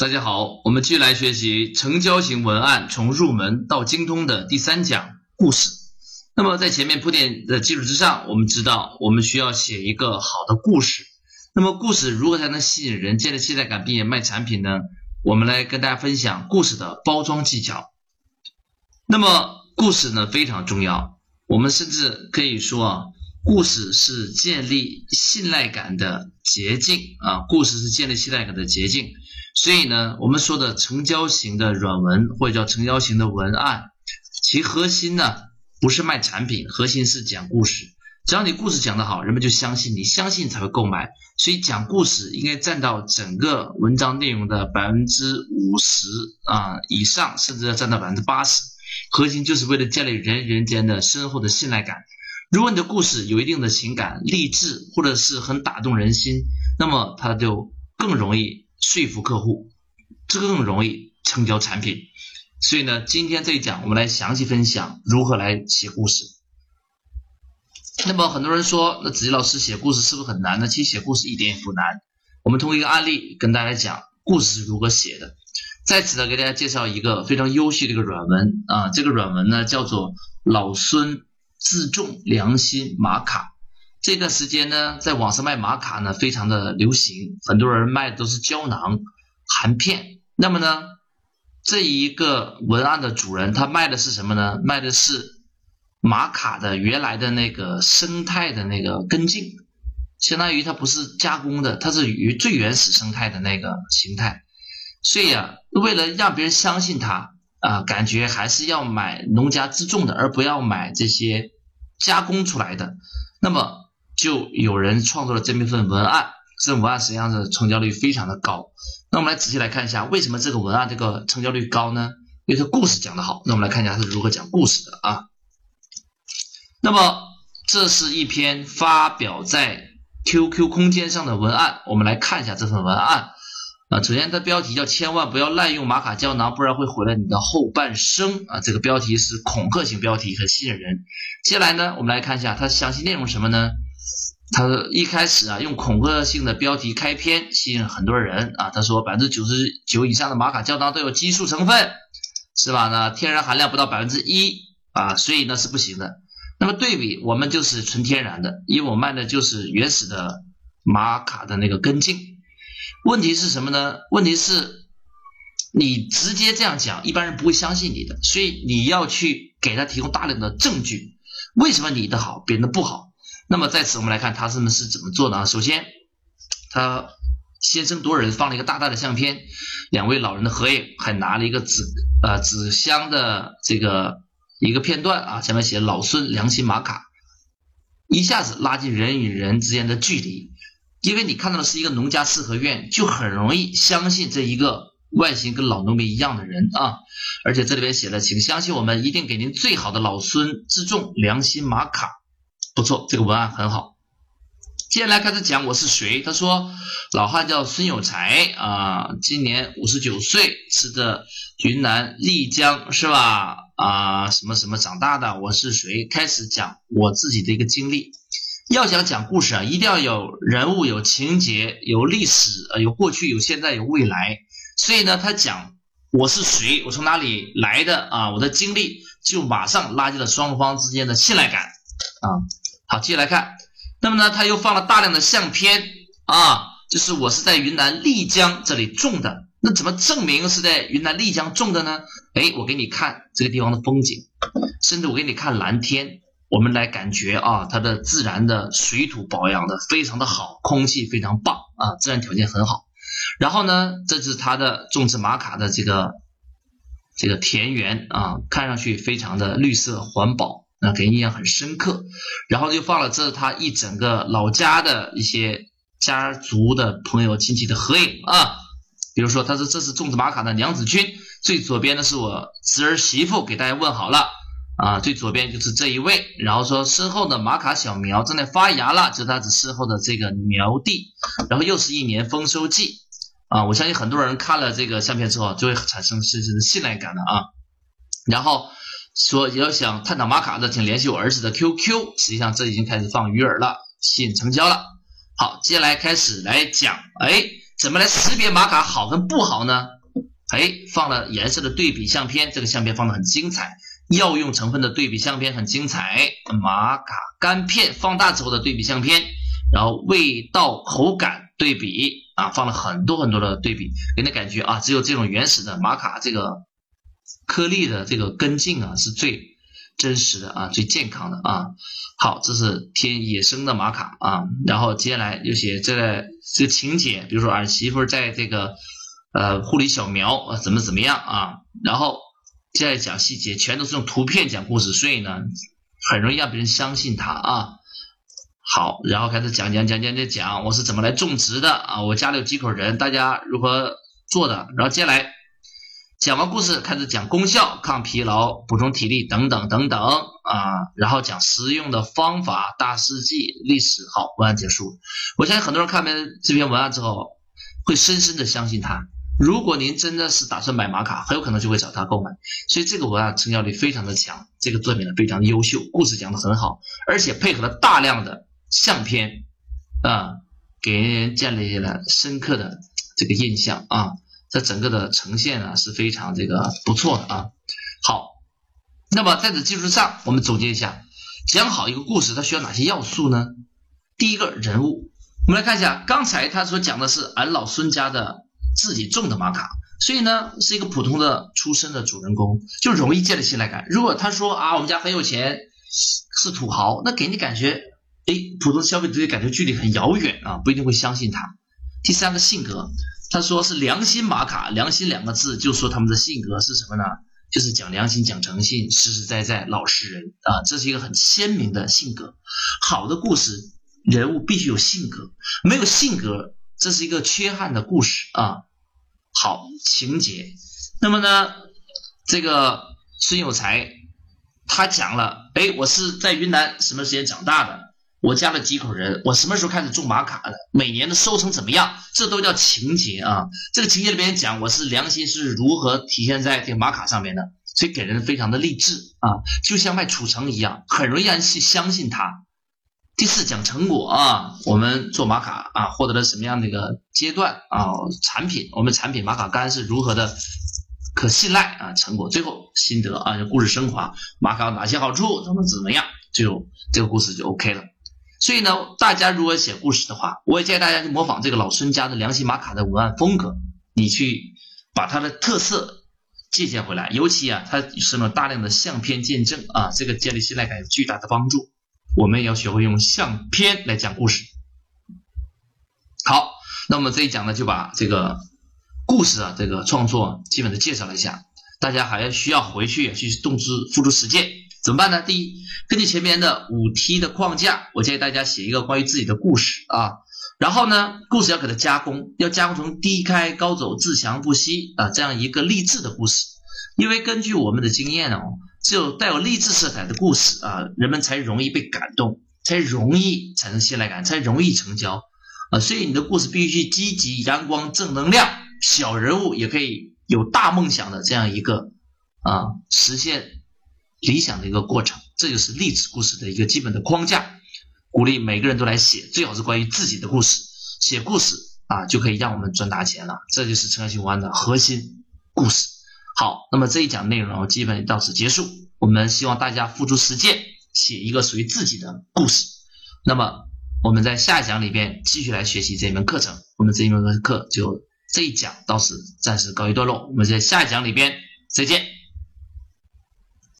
大家好，我们继续来学习成交型文案从入门到精通的第3讲故事。那么在前面铺垫的基础之上，我们知道我们需要写一个好的故事。那么故事如何才能吸引人，建立期待感并且卖产品呢？我们来跟大家分享故事的包装技巧。那么故事呢非常重要，我们甚至可以说故事是建立信赖感的捷径故事是建立信赖感的捷径。所以呢，我们说的成交型的软文或者叫成交型的文案，其核心呢不是卖产品，核心是讲故事。只要你故事讲得好，人们就相信你，相信才会购买。所以讲故事应该占到整个文章内容的 50% 以上，甚至要占到 80%。核心就是为了建立人与人间的深厚的信赖感。如果你的故事有一定的情感、励志或者是很打动人心，那么它就更容易说服客户，这个更容易成交产品。所以呢，今天这一讲我们来详细分享如何来写故事。那么很多人说，那子怡老师写故事是不是很难呢？其实写故事一点也不难。我们通过一个案例跟大家讲故事是如何写的。在此呢，给大家介绍一个非常优秀的一个软文这个软文呢叫做老孙自重良心玛卡。这段时间呢，在网上卖玛卡呢非常的流行，很多人卖的都是胶囊含片。那么呢，这一个文案的主人他卖的是什么呢？卖的是玛卡的原来的那个生态的那个根茎，相当于它不是加工的，它是于最原始生态的那个形态。所以为了让别人相信它感觉还是要买农家自种的，而不要买这些加工出来的。那么就有人创作了这么一份文案，这份文案实际上是成交率非常的高。那我们来仔细来看一下，为什么这个文案这个成交率高呢？因为它故事讲得好。那我们来看一下它是如何讲故事的那么这是一篇发表在 QQ 空间上的文案，我们来看一下这份文案首先它标题叫千万不要滥用玛卡胶囊，不然会毁了你的后半生这个标题是恐吓型标题，很吸引人。接下来呢，我们来看一下它详细内容什么呢？他一开始用恐吓性的标题开篇，吸引很多人他说 99% 以上的玛卡胶囊都有激素成分，是吧？那天然含量不到 1% 所以呢是不行的。那么对比我们就是纯天然的，因为我卖的就是原始的玛卡的那个根茎。问题是什么呢？问题是你直接这样讲，一般人不会相信你的，所以你要去给他提供大量的证据，为什么你的好别人的不好。那么在此我们来看他们是怎么做的首先他先声夺人，放了一个大大的相片，2位老人的合影，还拿了一个纸箱的这个一个片段前面写老孙良心玛卡，一下子拉近人与人之间的距离。因为你看到的是一个农家四合院，就很容易相信这一个外形跟老农民一样的人而且这里边写了，请相信我们，一定给您最好的老孙自种良心玛卡。不错，这个文案很好。接下来开始讲我是谁。他说老汉叫孙有才今年59岁，是的云南丽江是吧什么什么长大的，我是谁，开始讲我自己的一个经历。要想讲故事一定要有人物，有情节，有历史有过去，有现在，有未来。所以呢他讲我是谁，我从哪里来的我的经历，就马上拉近了双方之间的信赖感好，接下来看，那么呢他又放了大量的相片就是我是在云南丽江这里种的。那怎么证明是在云南丽江种的呢？我给你看这个地方的风景，甚至我给你看蓝天，我们来感觉它的自然的水土保养的非常的好，空气非常棒自然条件很好。然后呢，这是它的种植玛卡的这个田园看上去非常的绿色环保，给人印象很深刻。然后就放了这是他一整个老家的一些家族的朋友亲戚的合影比如说这是种植玛卡的娘子军，最左边的是我侄儿媳妇，给大家问好了最左边就是这一位，然后说身后的玛卡小苗正在发芽了，就是他身后的这个苗地，然后又是一年丰收季我相信很多人看了这个相片之后就会产生深深的信赖感的然后说要想探讨玛卡的，请联系我儿子的 QQ， 实际上这已经开始放鱼饵了，吸引成交了。好，接下来开始来讲怎么来识别玛卡好跟不好呢？放了颜色的对比相片，这个相片放得很精彩。药用成分的对比相片很精彩，玛卡干片放大之后的对比相片，然后味道口感对比放了很多的对比，给人感觉只有这种原始的玛卡这个颗粒的这个根茎是最真实的最健康的好，这是偏野生的玛卡然后接下来又写这个情节，比如说儿媳妇在这个护理小苗怎么样然后接下来讲细节，全都是用图片讲故事，所以呢很容易让别人相信他好，然后开始讲我是怎么来种植的我家里有几口人，大家如何做的，然后接下来讲完故事开始讲功效，抗疲劳、补充体力等等然后讲实用的方法、大事记、历史。好，文案结束。我相信很多人看完这篇文案之后会深深的相信它。如果您真的是打算买玛卡，很有可能就会找他购买，所以这个文案成交率非常的强，这个作品呢非常优秀，故事讲得很好，而且配合了大量的相片给人建立了深刻的这个印象这整个的呈现是非常这个不错的好，那么在这基础上我们总结一下，讲好一个故事它需要哪些要素呢？第一个，人物。我们来看一下，刚才他所讲的是俺老孙家的自己种的玛卡，所以呢是一个普通的出身的主人公，就容易建立信赖感。如果他说我们家很有钱，是土豪，那给你感觉普通消费者感觉距离很遥远不一定会相信他。第三个，性格。他说是良心玛卡，良心两个字就说他们的性格是什么呢？就是讲良心、讲诚信、实实在在、老实人这是一个很鲜明的性格。好的故事人物必须有性格，没有性格这是一个缺憾的故事好，情节。那么呢这个孙有才他讲了我是在云南什么时间长大的，我家了几口人，我什么时候开始种玛卡的，每年的收成怎么样，这都叫情节这个情节里边讲我是良心是如何体现在这个玛卡上面的，所以给人非常的励志就像卖储成一样，很容易让人去相信它。第四，讲成果我们做玛卡获得了什么样的一个阶段产品，我们产品玛卡干是如何的可信赖成果，最后心得故事升华，玛卡有哪些好处，怎么样，就这个故事就 OK 了。所以呢大家如果写故事的话，我也建议大家去模仿这个老孙家的良心玛卡的文案风格，你去把它的特色借鉴回来，尤其它使用了大量的相片见证这个建立信赖感有巨大的帮助。我们也要学会用相片来讲故事。好，那我们这一讲呢就把这个故事这个创作基本的介绍了一下，大家还需要回去去付诸实践。怎么办呢？第一，根据前面的5T 的框架，我建议大家写一个关于自己的故事然后呢故事要给它加工，要加工成低开高走、自强不息这样一个励志的故事。因为根据我们的经验只有带有励志色彩的故事人们才容易被感动，才容易产生信赖感，才容易成交所以你的故事必须积极、阳光、正能量，小人物也可以有大梦想的这样一个实现理想的一个过程。这就是励志故事的一个基本的框架，鼓励每个人都来写，最好是关于自己的故事。写故事就可以让我们赚大钱了，这就是成交型文案的核心故事。好，那么这一讲内容基本到此结束，我们希望大家付诸实践，写一个属于自己的故事。那么我们在下一讲里边继续来学习这门课程，我们这一门课就这一讲到此暂时告一段落，我们在下一讲里边再见。